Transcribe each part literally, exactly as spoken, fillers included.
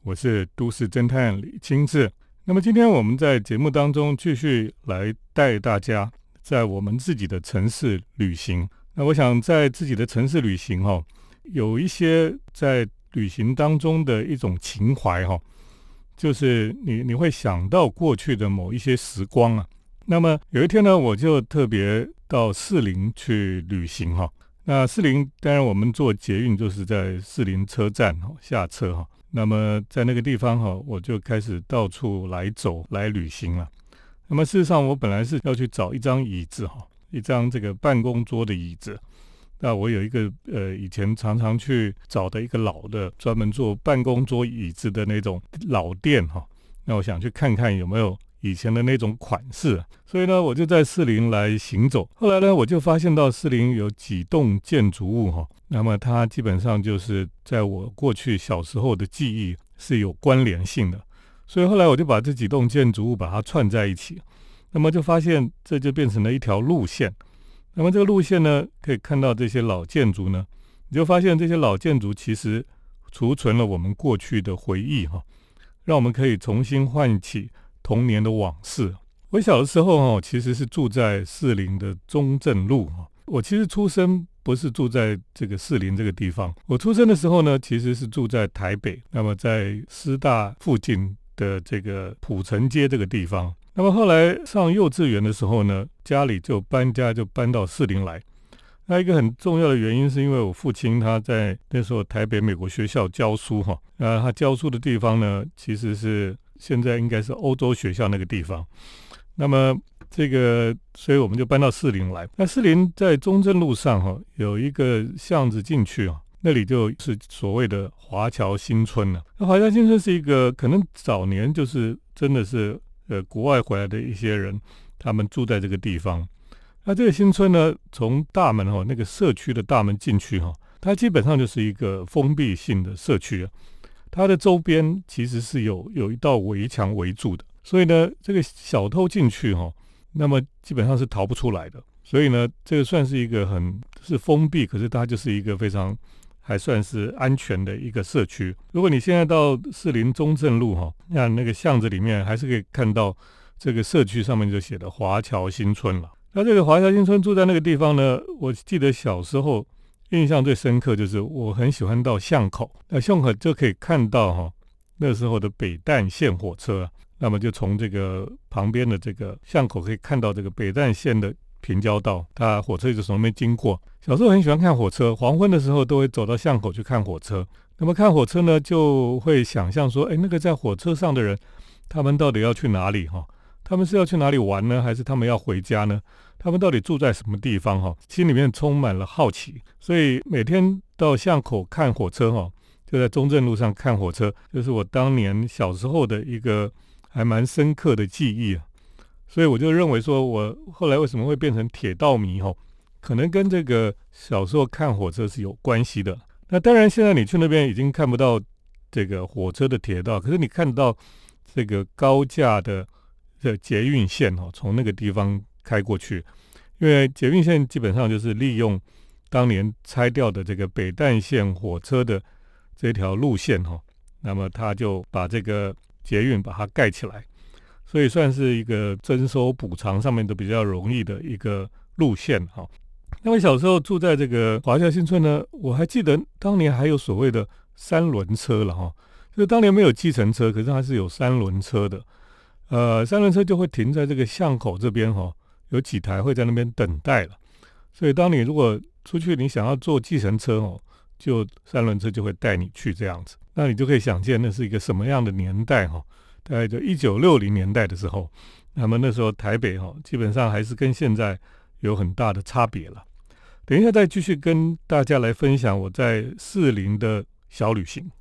我是都市侦探李清志。那么今天我们在节目当中继续来带大家在我们自己的城市旅行。那我想在自己的城市旅行、哦、有一些在旅行当中的一种情怀、哦、就是你你会想到过去的某一些时光啊。那么有一天呢，我就特别到士林去旅行哈。那士林当然我们坐捷运就是在士林车站下车哈。那么在那个地方哈，我就开始到处来走来旅行了。那么事实上我本来是要去找一张椅子哈，一张这个办公桌的椅子。那我有一个呃以前常常去找的一个老的专门做办公桌椅子的那种老店哈。那我想去看看有没有以前的那种款式，所以呢我就在士林来行走。后来呢我就发现到士林有几栋建筑物哈，那么它基本上就是在我过去小时候的记忆是有关联性的，所以后来我就把这几栋建筑物把它串在一起，那么就发现这就变成了一条路线。那么这个路线呢，可以看到这些老建筑呢，你就发现这些老建筑其实储存了我们过去的回忆哈，让我们可以重新唤起童年的往事。我小的时候其实是住在士林的中正路。我其实出生不是住在这个士林这个地方，我出生的时候呢其实是住在台北，那么在师大附近的这个土城街这个地方。那么后来上幼稚园的时候呢，家里就搬家就搬到士林来。那一个很重要的原因是因为我父亲他在那时候台北美国学校教书哈，那他教书的地方呢其实是现在应该是欧洲学校那个地方。那么这个所以我们就搬到士林来。那士林在中正路上哈有一个巷子进去啊，那里就是所谓的华侨新村了。那华侨新村是一个可能早年就是真的是呃国外回来的一些人，他们住在这个地方。那这个新村呢，从大门哈那个社区的大门进去哈，它基本上就是一个封闭性的社区啊。它的周边其实是有有一道围墙围住的，所以呢，这个小偷进去哈，那么基本上是逃不出来的。所以呢，这个算是一个很是封闭，可是它就是一个非常还算是安全的一个社区。如果你现在到士林中正路哈，那那个巷子里面还是可以看到这个社区上面就写的华侨新村了。那这个华侨新村住在那个地方呢，我记得小时候印象最深刻就是我很喜欢到巷口，那巷口就可以看到哈那时候的北淡线火车，那么就从这个旁边的这个巷口可以看到这个北淡线的平交道，它火车就从那边经过。小时候很喜欢看火车，黄昏的时候都会走到巷口去看火车。那么看火车呢，就会想象说，哎，那个在火车上的人，他们到底要去哪里哈？他们是要去哪里玩呢，还是他们要回家呢？他们到底住在什么地方哈？心里面充满了好奇，所以每天到巷口看火车哈，就在中正路上看火车，就是我当年小时候的一个还蛮深刻的记忆啊。所以我就认为说，我后来为什么会变成铁道迷哈，可能跟这个小时候看火车是有关系的。那当然，现在你去那边已经看不到这个火车的铁道，可是你看到这个高架的这捷运线哈，从那个地方开过去。因为捷运线基本上就是利用当年拆掉的这个北淡线火车的这条路线哈，那么他就把这个捷运把它盖起来，所以算是一个征收补偿上面都比较容易的一个路线哈。那么小时候住在这个华侨新村呢，我还记得当年还有所谓的三轮车了哈，就是当年没有计程车，可是它是有三轮车的。呃，三轮车就会停在这个巷口这边哈，有几台会在那边等待了。所以当你如果出去你想要坐计程车哦，就三轮车就会带你去这样子。那你就可以想见那是一个什么样的年代哈，大概就一九六零年代的时候。那么那时候台北哈，基本上还是跟现在有很大的差别了。等一下再继续跟大家来分享我在士林的小旅行。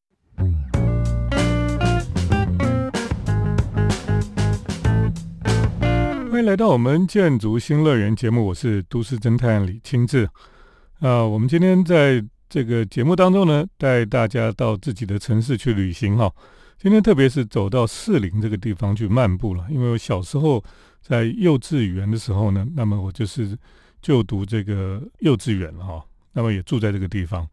欢迎来到我们建筑新乐园节目，我是都市侦探李清志。呃，我们今天在这个节目当中呢，带大家到自己的城市去旅行哈。今天特别是走到士林这个地方去漫步了，因为我小时候在幼稚园的时候呢，那么我就是就读这个幼稚园了哈，那么也住在这个地方。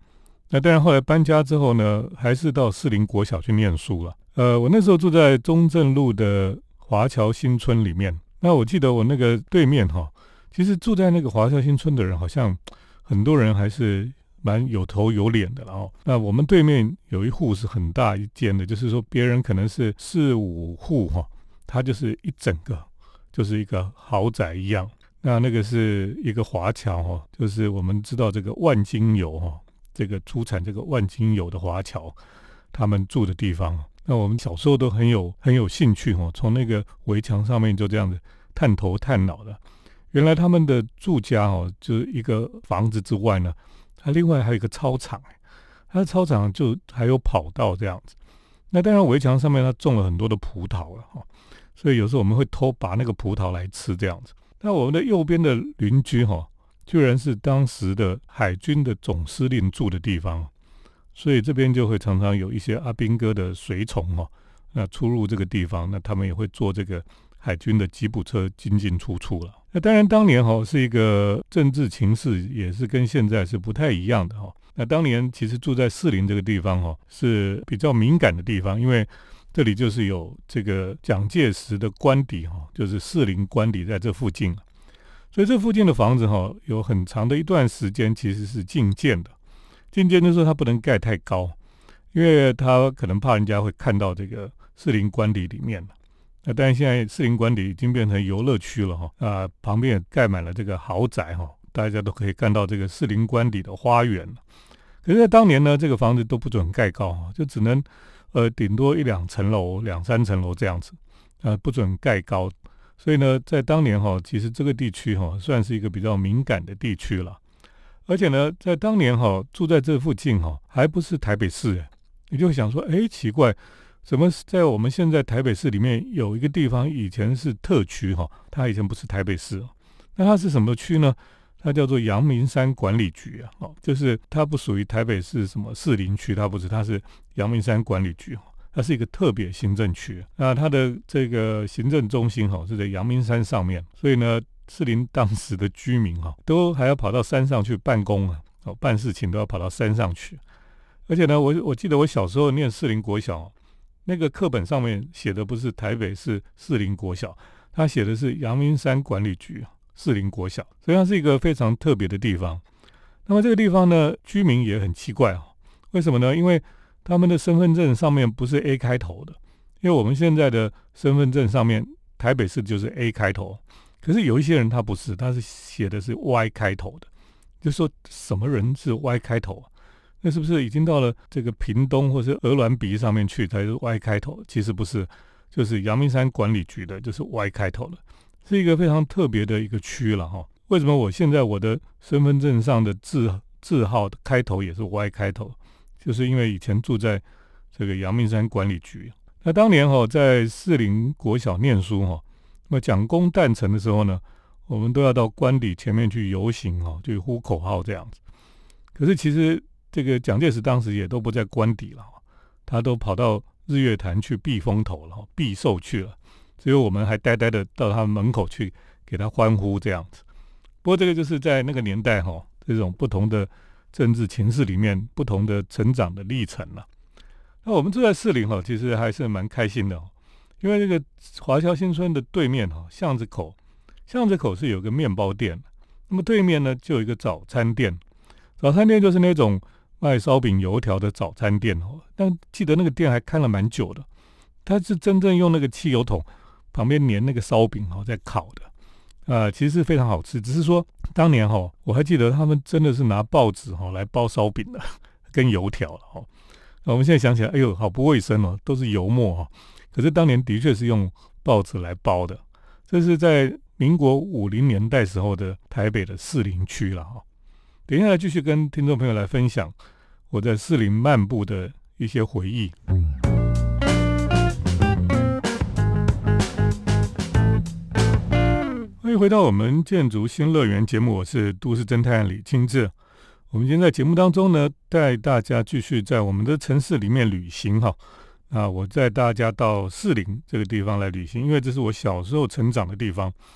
那当然后来搬家之后呢，还是到士林国小去念书了。呃，我那时候住在中正路的华侨新村里面。那我记得我那个对面哈，其实住在那个华侨新村的人，好像很多人还是蛮有头有脸的。然后，那我们对面有一户是很大一间的，就是说别人可能是四五户哈，它就是一整个就是一个豪宅一样。那那个是一个华侨哈，就是我们知道这个万金油哈，这个出产这个万金油的华侨，他们住的地方。那我们小时候都很有很有兴趣哦，从那个围墙上面就这样子探头探脑的。原来他们的住家哦，就是一个房子之外呢，它另外还有一个操场，它的操场就还有跑道这样子。那当然围墙上面它种了很多的葡萄了哈，所以有时候我们会偷拔那个葡萄来吃这样子。那我们的右边的邻居哈，居然是当时的海军的总司令住的地方。所以这边就会常常有一些阿兵哥的随从哈、哦，那出入这个地方，那他们也会坐这个海军的吉普车进进出出了。那当然当年哈、哦、是一个政治情势也是跟现在是不太一样的哈、哦。那当年其实住在士林这个地方哈、哦、是比较敏感的地方，因为这里就是有这个蒋介石的官邸哈、哦，就是士林官邸在这附近，所以这附近的房子哈、哦、有很长的一段时间其实是禁建的。禁建就是说它不能盖太高，因为他可能怕人家会看到这个士林官邸里面。那但是现在士林官邸已经变成游乐区了哈，啊，旁边也盖满了这个豪宅哈，大家都可以看到这个士林官邸的花园。可是，在当年呢，这个房子都不准盖高，就只能呃顶多一两层楼、两三层楼这样子，呃，不准盖高。所以呢，在当年哈，其实这个地区哈算是一个比较敏感的地区了。而且呢，在当年哈，住在这附近哈，还不是台北市，你就会想说，哎，奇怪，怎么在我们现在台北市里面有一个地方以前是特区哈，它以前不是台北市，那它是什么区呢？它叫做阳明山管理局啊，哦，就是它不属于台北市什么士林区，它不是，它是阳明山管理局，它是一个特别行政区。那它的这个行政中心哈是在阳明山上面，所以呢，士林当时的居民哈，都还要跑到山上去办公啊，哦，办事情都要跑到山上去。而且呢，我我记得我小时候念士林国小，那个课本上面写的不是台北市士林国小，它写的是阳明山管理局士林国小，所以它是一个非常特别的地方。那么这个地方呢，居民也很奇怪哦，为什么呢？因为他们的身份证上面不是 A 开头的，因为我们现在的身份证上面台北市就是 A 开头。可是有一些人他不是，他是写的是 Y 开头的，就说什么人是 Y 开头啊？那是不是已经到了这个屏东或是鹅銮鼻上面去才是 Y 开头？其实不是，就是阳明山管理局的，就是 Y 开头的，是一个非常特别的一个区了哈。为什么我现在我的身份证上的字字号的开头也是 Y 开头？就是因为以前住在这个阳明山管理局。那当年哈在士林国小念书哈。那么蒋公诞辰的时候呢，我们都要到官邸前面去游行哦，去呼口号这样子。可是其实这个蒋介石当时也都不在官邸了，他都跑到日月潭去避风头了，避寿去了。只有我们还呆呆的到他门口去给他欢呼这样子。不过这个就是在那个年代哈，这种不同的政治情势里面，不同的成长的历程了。那我们住在士林哈，其实还是蛮开心的哦。因为这个华侨新村的对面哈，巷子口，巷子口是有个面包店，那么对面呢就有一个早餐店，早餐店就是那种卖烧饼油条的早餐店哦。但记得那个店还开了蛮久的，它是真正用那个汽油桶旁边粘那个烧饼哦在烤的，啊、呃，其实非常好吃。只是说当年哈，我还记得他们真的是拿报纸哈来包烧饼的，跟油条了哈。我们现在想起来，哎呦，好不卫生哦，都是油墨哈。可是当年的确是用报纸来包的，这是在民国五零年代时候的台北的士林区了哈。等一下来继续跟听众朋友来分享我在士林漫步的一些回忆。欢迎回到我们建筑新乐园节目，我是都市侦探李清志。我们今天在节目当中呢，带大家继续在我们的城市里面旅行哈。啊，我带大家到士林这个地方来旅行，因为这是我小时候成长的地方。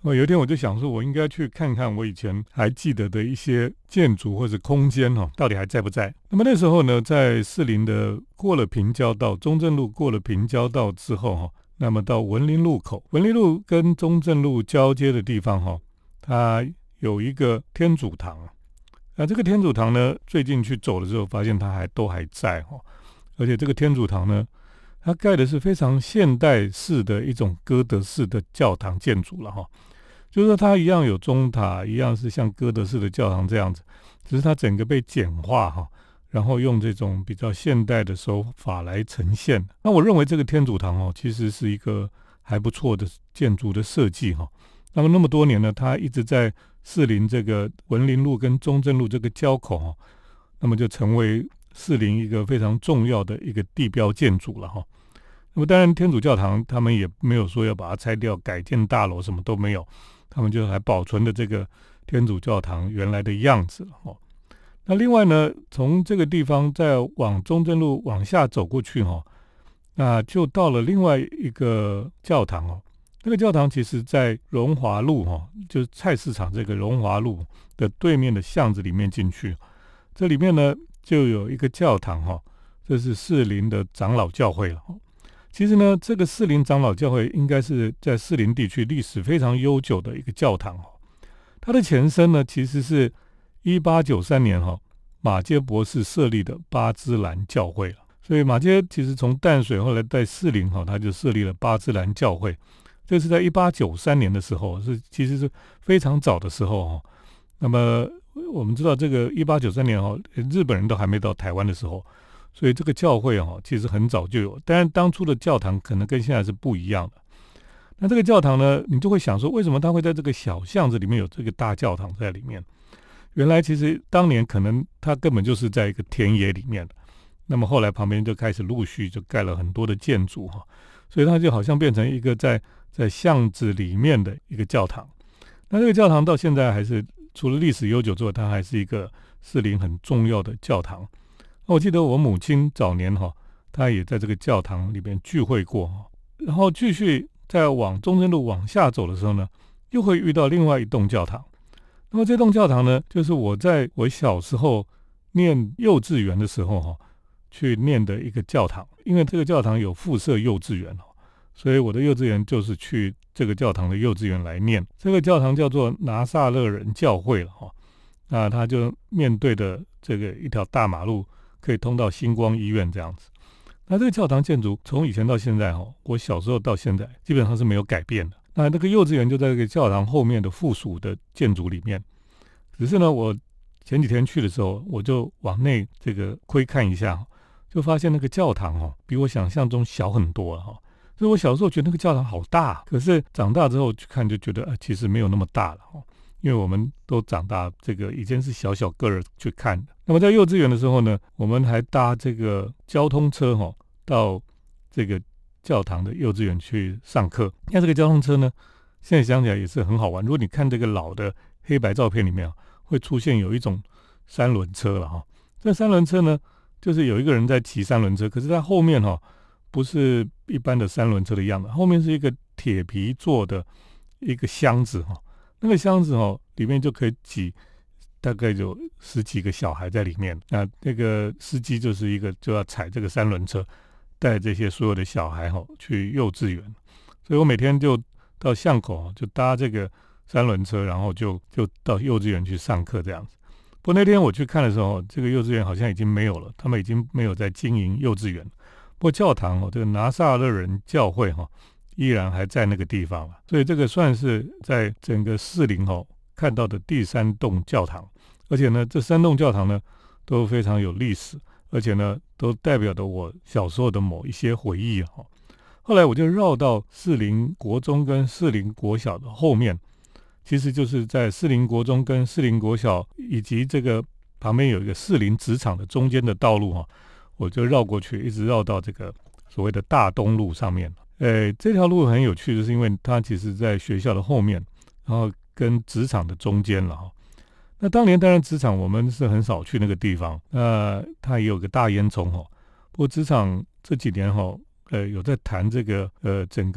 我有一天我就想说，我应该去看看我以前还记得的一些建筑或者空间哦，到底还在不在？那么那时候呢，在士林的过了平交道，中正路过了平交道之后哈，那么到文林路口，文林路跟中正路交接的地方哈，它有一个天主堂。那这个天主堂呢，最近去走的时候，发现它还都还在哈，而且这个天主堂呢，它盖的是非常现代式的一种哥德式的教堂建筑了哈。就是说它一样有钟塔，一样是像哥德式的教堂这样子，只是它整个被简化哈，然后用这种比较现代的手法来呈现。那我认为这个天主堂哦，其实是一个还不错的建筑的设计哈。那么那么多年呢，它一直在士林这个文林路跟中正路这个交口哈，那么就成为士林一个非常重要的一个地标建筑了哈。那么当然天主教堂他们也没有说要把它拆掉改建大楼，什么都没有，他们就还保存的这个天主教堂原来的样子哦。那另外呢，从这个地方再往中正路往下走过去哈，那就到了另外一个教堂哦。那个教堂其实在荣华路哈，就是菜市场这个荣华路的对面的巷子里面进去，这里面呢就有一个教堂哈，这是士林的长老教会了。其实呢，这个士林长老教会应该是在士林地区历史非常悠久的一个教堂。它的前身呢，其实是一八九三年哈马偕博士设立的巴兹兰教会了。所以马偕其实从淡水后来在士林哈，他就设立了巴兹兰教会。这是在一八九三年的时候，是其实是非常早的时候哈。那么我们知道这个一八九三年哈，日本人都还没到台湾的时候。所以这个教会哦，其实很早就有，但是当初的教堂可能跟现在是不一样的。那这个教堂呢，你就会想说，为什么它会在这个小巷子里面有这个大教堂在里面？原来其实当年可能它根本就是在一个田野里面的，那么后来旁边就开始陆续就盖了很多的建筑哈，所以它就好像变成一个在在巷子里面的一个教堂。那这个教堂到现在还是除了历史悠久之外，它还是一个士林很重要的教堂。我记得我母亲早年哈，她也在这个教堂里面聚会过，然后继续再往中正路往下走的时候呢，又会遇到另外一栋教堂。那么这栋教堂呢，就是我在我小时候念幼稚园的时候哈，去念的一个教堂。因为这个教堂有附设幼稚园，所以我的幼稚园就是去这个教堂的幼稚园来念。这个教堂叫做拿撒勒人教会了哈，那它就面对的这个一条大马路。可以通到星光医院这样子。那这个教堂建筑从以前到现在哈，我小时候到现在基本上是没有改变的。那那个幼稚园就在这个教堂后面的附属的建筑里面。只是呢，我前几天去的时候，我就往内这个窥看一下，就发现那个教堂哈，比我想象中小很多了哈。所以我小时候觉得那个教堂好大，可是长大之后去看就觉得，呃，其实没有那么大了哈。因为我们都长大，这个以前是小小个儿去看的。那么在幼稚园的时候呢，我们还搭这个交通车哈、哦，到这个教堂的幼稚园去上课。那这个交通车呢，现在想起来也是很好玩。如果你看这个老的黑白照片里面啊，会出现有一种三轮车了哈、哦。这三轮车呢，就是有一个人在骑三轮车，可是在后面哈、哦，不是一般的三轮车的样子，后面是一个铁皮做的一个箱子哈、哦。那个箱子哦，里面就可以挤大概有十几个小孩在里面。那那个司机就是一个就要踩这个三轮车，带这些所有的小孩哦去幼稚园。所以我每天就到巷口就搭这个三轮车，然后就就到幼稚园去上课这样子。不过那天我去看的时候，这个幼稚园好像已经没有了，他们已经没有在经营幼稚园。不过教堂哦，这个拿撒勒人教会哈、哦。依然还在那个地方了，所以这个算是在整个士林哦看到的第三栋教堂，而且呢，这三栋教堂呢都非常有历史，而且呢都代表着我小时候的某一些回忆哈。后来我就绕到士林国中跟士林国小的后面，其实就是在士林国中跟士林国小以及这个旁边有一个士林职场的中间的道路哈，我就绕过去，一直绕到这个所谓的大东路上面。呃，这条路很有趣，就是因为它其实在学校的后面，然后跟职场的中间了哈。那当年当然职场我们是很少去那个地方，那它也有个大烟囱哈。不过职场这几年哈，呃，有在谈这个呃整个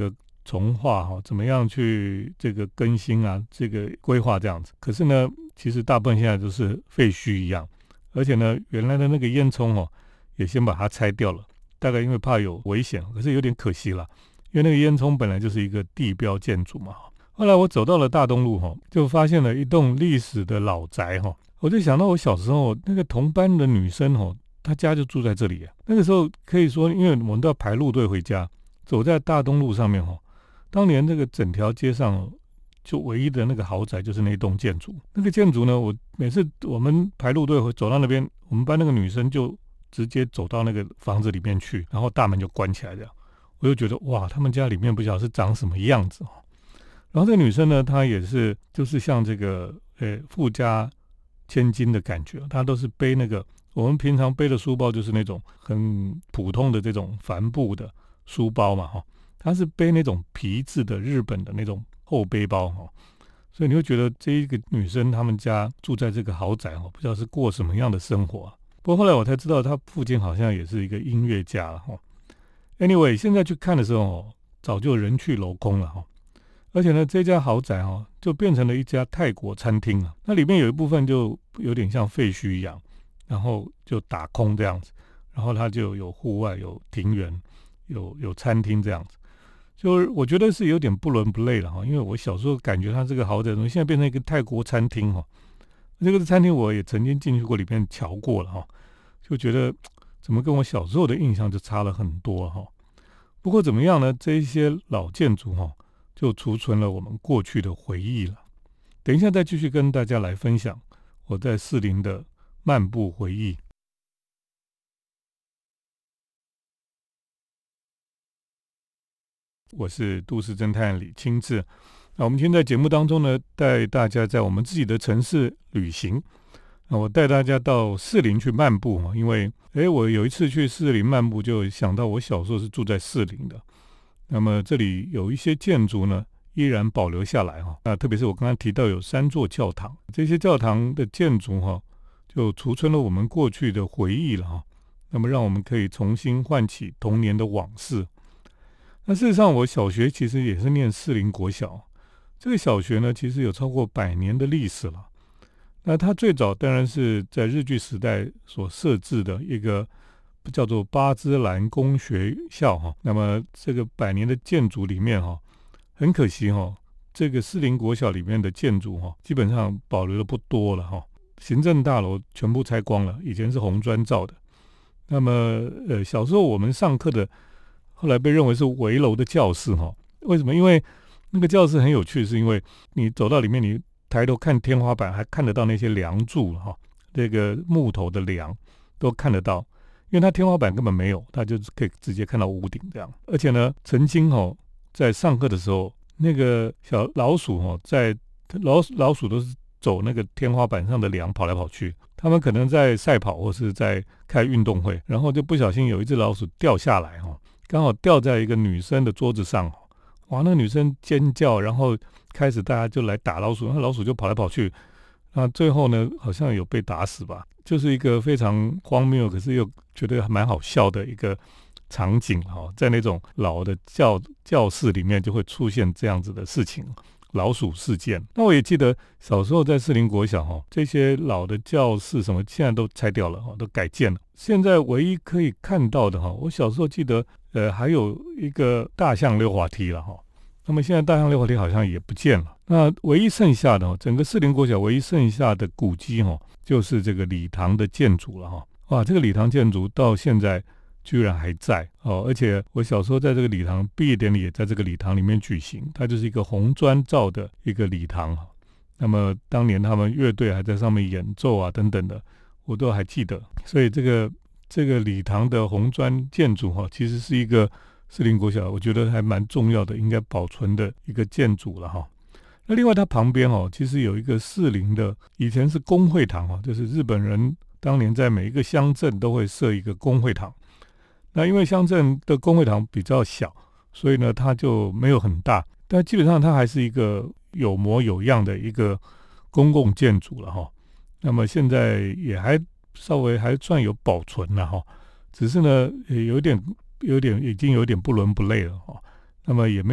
重划哈，怎么样去这个更新啊，这个规划这样子。可是呢，其实大部分现在都是废墟一样，而且呢，原来的那个烟囱哦，也先把它拆掉了，大概因为怕有危险，可是有点可惜了，因为那个烟囱本来就是一个地标建筑嘛。后来我走到了大东路哈，就发现了一栋历史的老宅哈，我就想到我小时候那个同班的女生哈，她家就住在这里啊。那个时候可以说，因为我们都要排路队回家，走在大东路上面哈。当年这个整条街上就唯一的那个豪宅就是那栋建筑。那个建筑呢，我每次我们排路队走到那边，我们班那个女生就直接走到那个房子里面去，然后大门就关起来这样。我就觉得哇，他们家里面不晓得是长什么样子。然后这个女生呢，她也是就是像这个呃富家千金的感觉，她都是背那个我们平常背的书包就是那种很普通的这种帆布的书包嘛哈。他是背那种皮质的日本的那种厚背包哈，所以你会觉得这一个女生他们家住在这个豪宅哈，不知道是过什么样的生活啊。不过后来我才知道，他父亲好像也是一个音乐家了哈。Anyway， 现在去看的时候，早就人去楼空了哈。而且呢，这家豪宅哈就变成了一家泰国餐厅了。那里面有一部分就有点像废墟一样，然后就打空这样子，然后它就有户外、有庭园、有有餐厅这样子。就是我觉得是有点不伦不类了哈，因为我小时候感觉它这个豪宅现在变成一个泰国餐厅哈。这个餐厅我也曾经进去过，里面瞧过了哈，就觉得怎么跟我小时候的印象就差了很多哈。不过怎么样呢？这一些老建筑哈，就储存了我们过去的回忆了。等一下再继续跟大家来分享我在士林的漫步回忆。我是都市侦探李清志。那我们今天在节目当中呢，带大家在我们自己的城市旅行。那我带大家到士林去漫步，因为诶我有一次去士林漫步，就想到我小时候是住在士林的。那么这里有一些建筑呢，依然保留下来哈。那特别是我刚刚提到有三座教堂，这些教堂的建筑哈，就储存了我们过去的回忆了哈。那么让我们可以重新唤起童年的往事。那事实上，我小学其实也是念士林国小。这个小学呢，其实有超过百年的历史了。那它最早当然是在日据时代所设置的一个叫做八芝兰公学校哈。那么这个百年的建筑里面哈，很可惜哈，这个士林国小里面的建筑哈，基本上保留的不多了哈。行政大楼全部拆光了，以前是红砖造的。那么呃，小时候我们上课的。后来被认为是围楼的教室哈，为什么？因为那个教室很有趣，是因为你走到里面，你抬头看天花板，还看得到那些梁柱哈，这个木头的梁都看得到，因为它天花板根本没有，它就可以直接看到屋顶这样。而且呢，曾经哈在上课的时候，那个小老鼠哈，在老老鼠都是走那个天花板上的梁跑来跑去，他们可能在赛跑或是在开运动会，然后就不小心有一只老鼠掉下来哈。刚好掉在一个女生的桌子上，哇！那女生尖叫，然后开始大家就来打老鼠，那老鼠就跑来跑去，那最后呢，好像有被打死吧，就是一个非常荒谬，可是又觉得蛮好笑的一个场景哈。在那种老的教教室里面，就会出现这样子的事情。老鼠事件。那我也记得小时候在士林国小哈，这些老的教室什么现在都拆掉了哈，都改建了。现在唯一可以看到的哈，我小时候记得呃还有一个大象溜滑梯了哈。那么现在大象溜滑梯好像也不见了。那唯一剩下的整个士林国小唯一剩下的古迹哈，就是这个礼堂的建筑了哈。哇，这个礼堂建筑到现在居然还在哦！而且我小时候在这个礼堂毕业典礼也在这个礼堂里面举行，它就是一个红砖造的一个礼堂。那么当年他们乐队还在上面演奏啊等等的，我都还记得。所以这个这个礼堂的红砖建筑哈，其实是一个士林国小我觉得还蛮重要的，应该保存的一个建筑了哈。那另外它旁边哦，其实有一个士林的，以前是工会堂哦，就是日本人当年在每一个乡镇都会设一个工会堂。那因为乡镇的工会堂比较小，所以呢它就没有很大，但基本上它还是一个有模有样的一个公共建筑了哈。那么现在也还稍微还算有保存了哈，只是呢也有点有点已经有点不伦不类了哈。那么也没有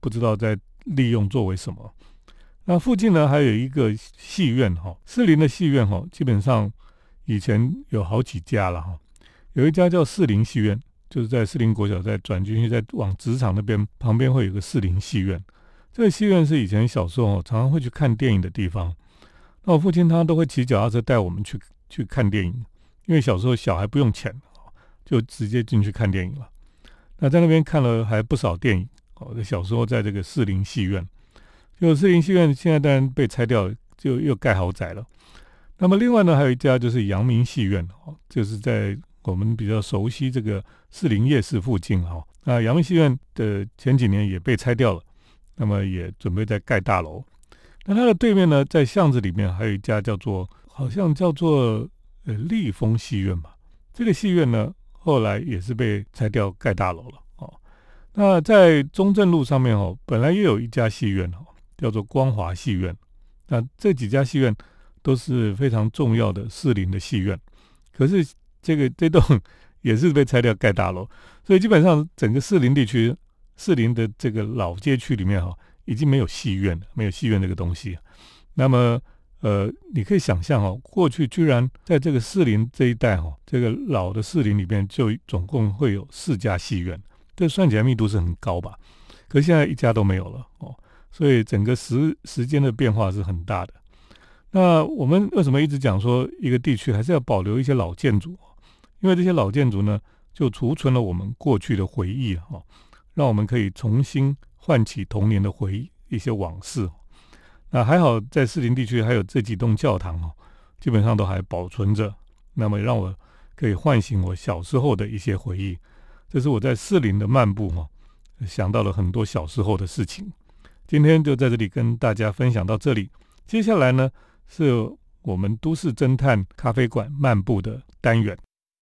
不知道在利用作为什么。那附近呢还有一个戏院哈，士林的戏院哈，基本上以前有好几家了哈，有一家叫士林戏院，就是在士林国小再转进去，再往职场那边旁边会有个士林戏院。这个戏院是以前小时候常常会去看电影的地方。那我父亲他都会骑脚踏车带我们去去看电影，因为小时候小孩不用钱，就直接进去看电影了。那在那边看了还不少电影。我小时候在这个士林戏院，就士林戏院现在当然被拆掉了，就又盖豪宅了。那么另外呢，还有一家就是阳明戏院，就是在我们比较熟悉这个士林夜市附近哈。那阳明戏院的前几年也被拆掉了，那么也准备在盖大楼。那它的对面呢，在巷子里面还有一家叫做好像叫做呃立丰戏院吧。这个戏院呢，后来也是被拆掉盖大楼了哦。那在中正路上面哦，本来也有一家戏院哦，叫做光华戏院。那这几家戏院都是非常重要的士林的戏院，可是这个这栋也是被拆掉盖大楼，所以基本上整个士林地区，士林的这个老街区里面哈，已经没有戏院了，没有戏院这个东西。那么呃，你可以想象哦，过去居然在这个士林这一带哈，这个老的士林里面就总共会有四家戏院，这算起来密度是很高吧？可是现在一家都没有了哦，所以整个时时间的变化是很大的。那我们为什么一直讲说一个地区还是要保留一些老建筑？因为这些老建筑呢，就储存了我们过去的回忆哈，让我们可以重新唤起童年的回忆，一些往事。那还好，在士林地区还有这几栋教堂哦，基本上都还保存着，那么让我可以唤醒我小时候的一些回忆。这是我在士林的漫步哈，想到了很多小时候的事情。今天就在这里跟大家分享到这里。接下来呢，是我们都市侦探咖啡馆漫步的单元。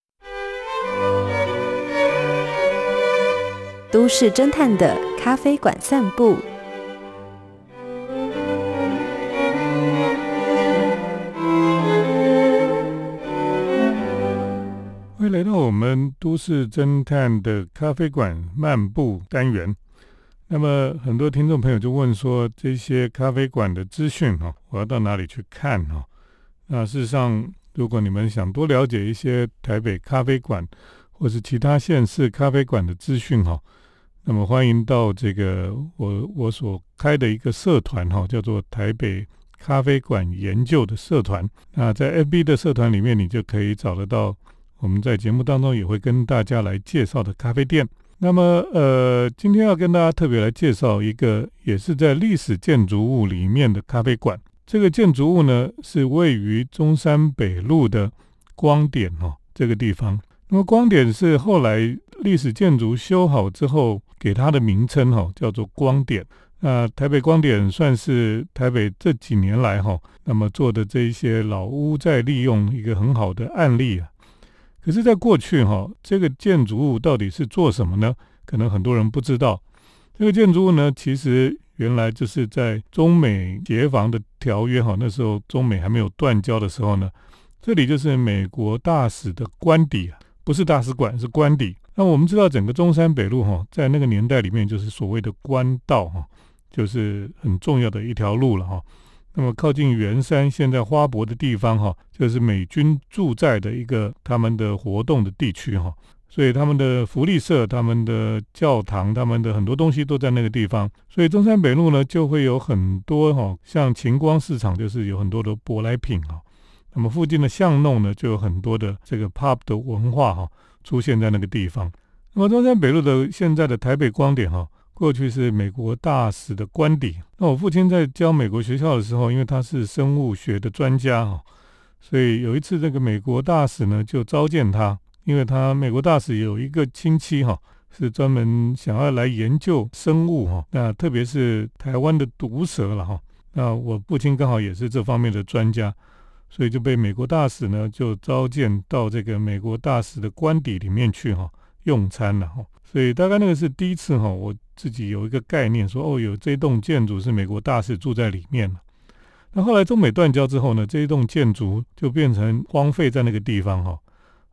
都市侦探的咖啡馆散步。 欢迎来到我们都市侦探的咖啡馆漫步单元。那么很多听众朋友就问说，这些咖啡馆的资讯哈，我要到哪里去看哈？那事实上，如果你们想多了解一些台北咖啡馆或是其他县市咖啡馆的资讯哈，那么欢迎到这个我我所开的一个社团哈，叫做台北咖啡馆研究的社团。那在 F B 的社团里面，你就可以找得到我们在节目当中也会跟大家来介绍的咖啡店。那么呃，今天要跟大家特别来介绍一个也是在历史建筑物里面的咖啡馆。这个建筑物呢是位于中山北路的光点哦这个地方。那么光点是后来历史建筑修好之后给它的名称哈、哦，叫做光点。那台北光点算是台北这几年来哈、哦，那么做的这一些老屋再利用一个很好的案例啊。可是在过去哈，这个建筑物到底是做什么呢？可能很多人不知道。这个建筑物呢，其实原来就是在中美协防的条约哈，那时候中美还没有断交的时候呢，这里就是美国大使的官邸，不是大使馆，是官邸。那我们知道整个中山北路哈，在那个年代里面就是所谓的官道哈，就是很重要的一条路了哈。那么靠近圆山现在花博的地方哈，就是美军驻在的一个他们的活动的地区哈，所以他们的福利社、他们的教堂、他们的很多东西都在那个地方。所以中山北路呢，就会有很多哈，像晴光市场就是有很多的舶来品哈。那么附近的巷弄呢，就有很多的这个 pub 的文化哈，出现在那个地方。那么中山北路的现在的台北光点哈，过去是美国大使的官邸。那我父亲在教美国学校的时候，因为他是生物学的专家哈，所以有一次这个美国大使呢就召见他，因为他美国大使有一个亲戚哈，是专门想要来研究生物哈，那特别是台湾的毒蛇了哈。那我父亲刚好也是这方面的专家，所以就被美国大使呢就召见到这个美国大使的官邸里面去哈用餐了哈。所以大概那个是第一次哈，我自己有一个概念说哦，有这栋建筑是美国大使住在里面了。那后来中美断交之后呢，这一栋建筑就变成荒废在那个地方哈，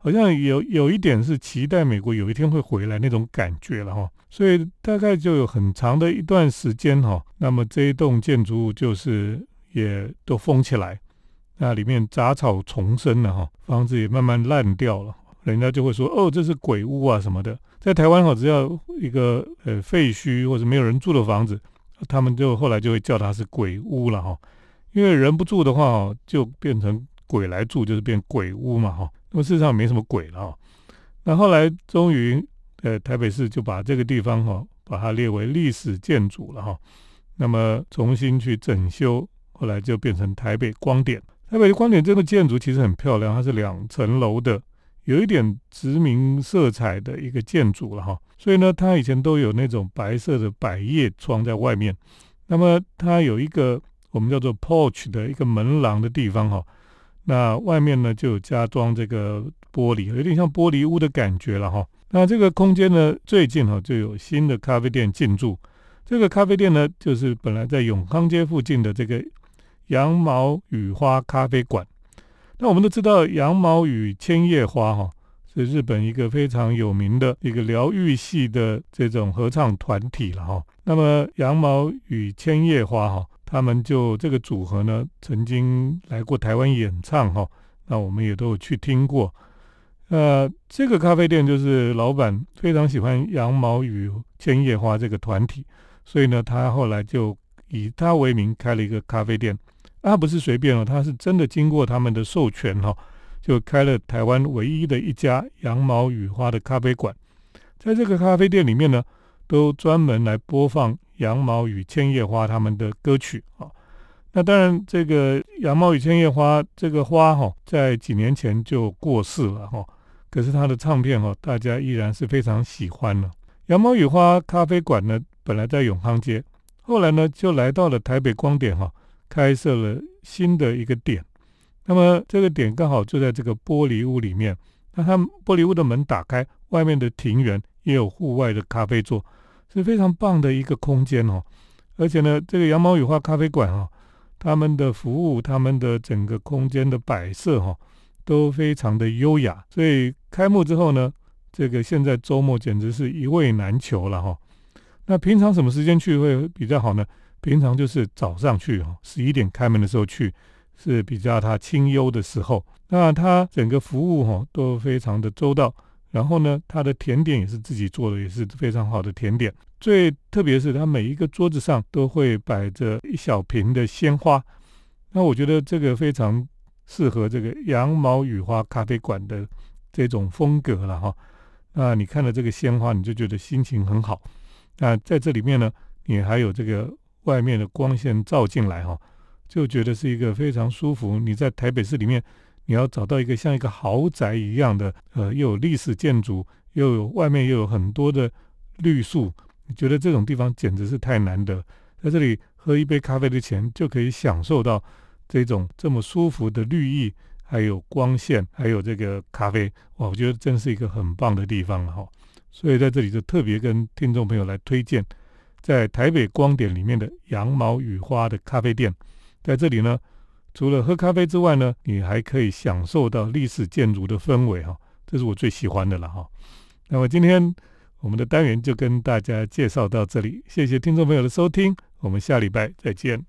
好像有有一点是期待美国有一天会回来那种感觉了哈，所以大概就有很长的一段时间哈，那么这一栋建筑物就是也都封起来，那里面杂草丛生了哈，房子也慢慢烂掉了，人家就会说哦这是鬼屋啊什么的。在台湾哈，只要一个呃废墟或者没有人住的房子，他们就后来就会叫它是鬼屋了哈，因为人不住的话就变成鬼来住，就是变鬼屋嘛哈。那么事实上没什么鬼了哈。那后来终于呃台北市就把这个地方哈把它列为历史建筑了哈，那么重新去整修，后来就变成台北光点。台北的光点这个建筑其实很漂亮，它是两层楼的，有一点殖民色彩的一个建筑了哈，所以呢它以前都有那种白色的百叶窗在外面，那么它有一个我们叫做 porch 的一个门廊的地方哈，那外面呢就有加装这个玻璃，有点像玻璃屋的感觉了哈。那这个空间呢最近哈就有新的咖啡店进驻，这个咖啡店呢就是本来在永康街附近的这个羊毛雨花咖啡馆。那我们都知道羊毛与千叶花哈是日本一个非常有名的一个疗愈系的这种合唱团体了哈。那么羊毛与千叶花哈他们就这个组合呢曾经来过台湾演唱哈，那我们也都有去听过。呃，这个咖啡店就是老板非常喜欢羊毛与千叶花这个团体，所以呢他后来就以他为名开了一个咖啡店。他不是随便哦，他是真的经过他们的授权哈，就开了台湾唯一的一家羊毛雨花的咖啡馆。在这个咖啡店里面呢，都专门来播放羊毛与千叶花他们的歌曲啊。那当然，这个羊毛与千叶花这个花哈，在几年前就过世了哈，可是他的唱片哈，大家依然是非常喜欢了。羊毛雨花咖啡馆呢，本来在永康街，后来呢就来到了台北光点哈。开设了新的一个点，那么这个点刚好就在这个玻璃屋里面。那他们玻璃屋的门打开，外面的庭园也有户外的咖啡座，是非常棒的一个空间哦。而且呢，这个羊毛雨花咖啡馆哦，他们的服务、他们的整个空间的摆设哈、哦，都非常的优雅。所以开幕之后呢，这个现在周末简直是一位难求了哈、哦。那平常什么时间去会比较好呢？平常就是早上去哦，十一点开门的时候去是比较它清幽的时候。那它整个服务哦都非常的周到，然后呢，它的甜点也是自己做的，也是非常好的甜点。最特别是它每一个桌子上都会摆着一小瓶的鲜花，那我觉得这个非常适合这个羊毛雨花咖啡馆的这种风格了哈。那你看了这个鲜花，你就觉得心情很好。那在这里面呢，你还有这个外面的光线照进来哈，就觉得是一个非常舒服。你在台北市里面，你要找到一个像一个豪宅一样的，呃，又有历史建筑，又有外面又有很多的绿树，你觉得这种地方简直是太难得。在这里喝一杯咖啡的钱，就可以享受到这种这么舒服的绿意，还有光线，还有这个咖啡，哇，我觉得真是一个很棒的地方了哈。所以在这里就特别跟听众朋友来推荐。在台北光点里面的羊毛雨花的咖啡店，在这里呢，除了喝咖啡之外呢，你还可以享受到历史建筑的氛围哈，这是我最喜欢的了哈。那么今天我们的单元就跟大家介绍到这里，谢谢听众朋友的收听，我们下礼拜再见。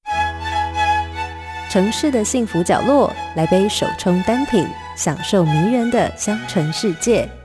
城市的幸福角落，来杯手冲单品，享受迷人的香醇世界。